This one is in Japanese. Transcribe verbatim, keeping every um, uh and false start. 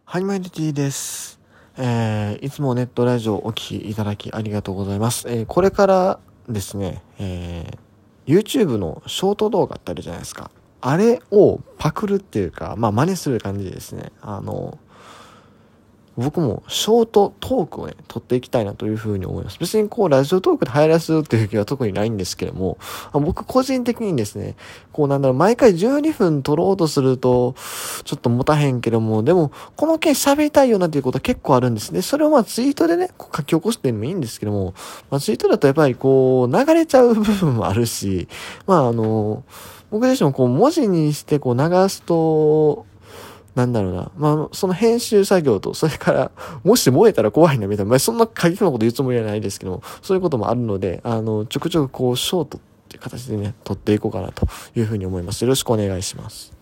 はい、マイルティです。えー、いつもネットラジオをお聞きいただきありがとうございます。えー、これからですね、えー、YouTube のショート動画ってあるじゃないですか。あれをパクるっていうか、まあ真似する感じでですね。あの、僕もショートトークをね、撮っていきたいなというふうに思います。別にこう、ラジオトークで流行らせるっていう気は特にないんですけども、僕個人的にですね、こうなんだろう、毎回じゅうにふん撮ろうとすると、ちょっと持たへんけども、でも、この件喋りたいよなっていうことは結構あるんですね。それをまあツイートでね、こう書き起こしてるのもいいんですけども、まあツイートだとやっぱりこう、流れちゃう部分もあるし、まああの、僕自身もこう、文字にしてこう流すと、なんだろうな。まあ、その編集作業と、それから、もし燃えたら怖いな、みたいな。まあ、そんな過激なこと言うつもりはないですけども、そういうこともあるので、あの、ちょくちょくこう、ショートっていう形でね、撮っていこうかなというふうに思います。よろしくお願いします。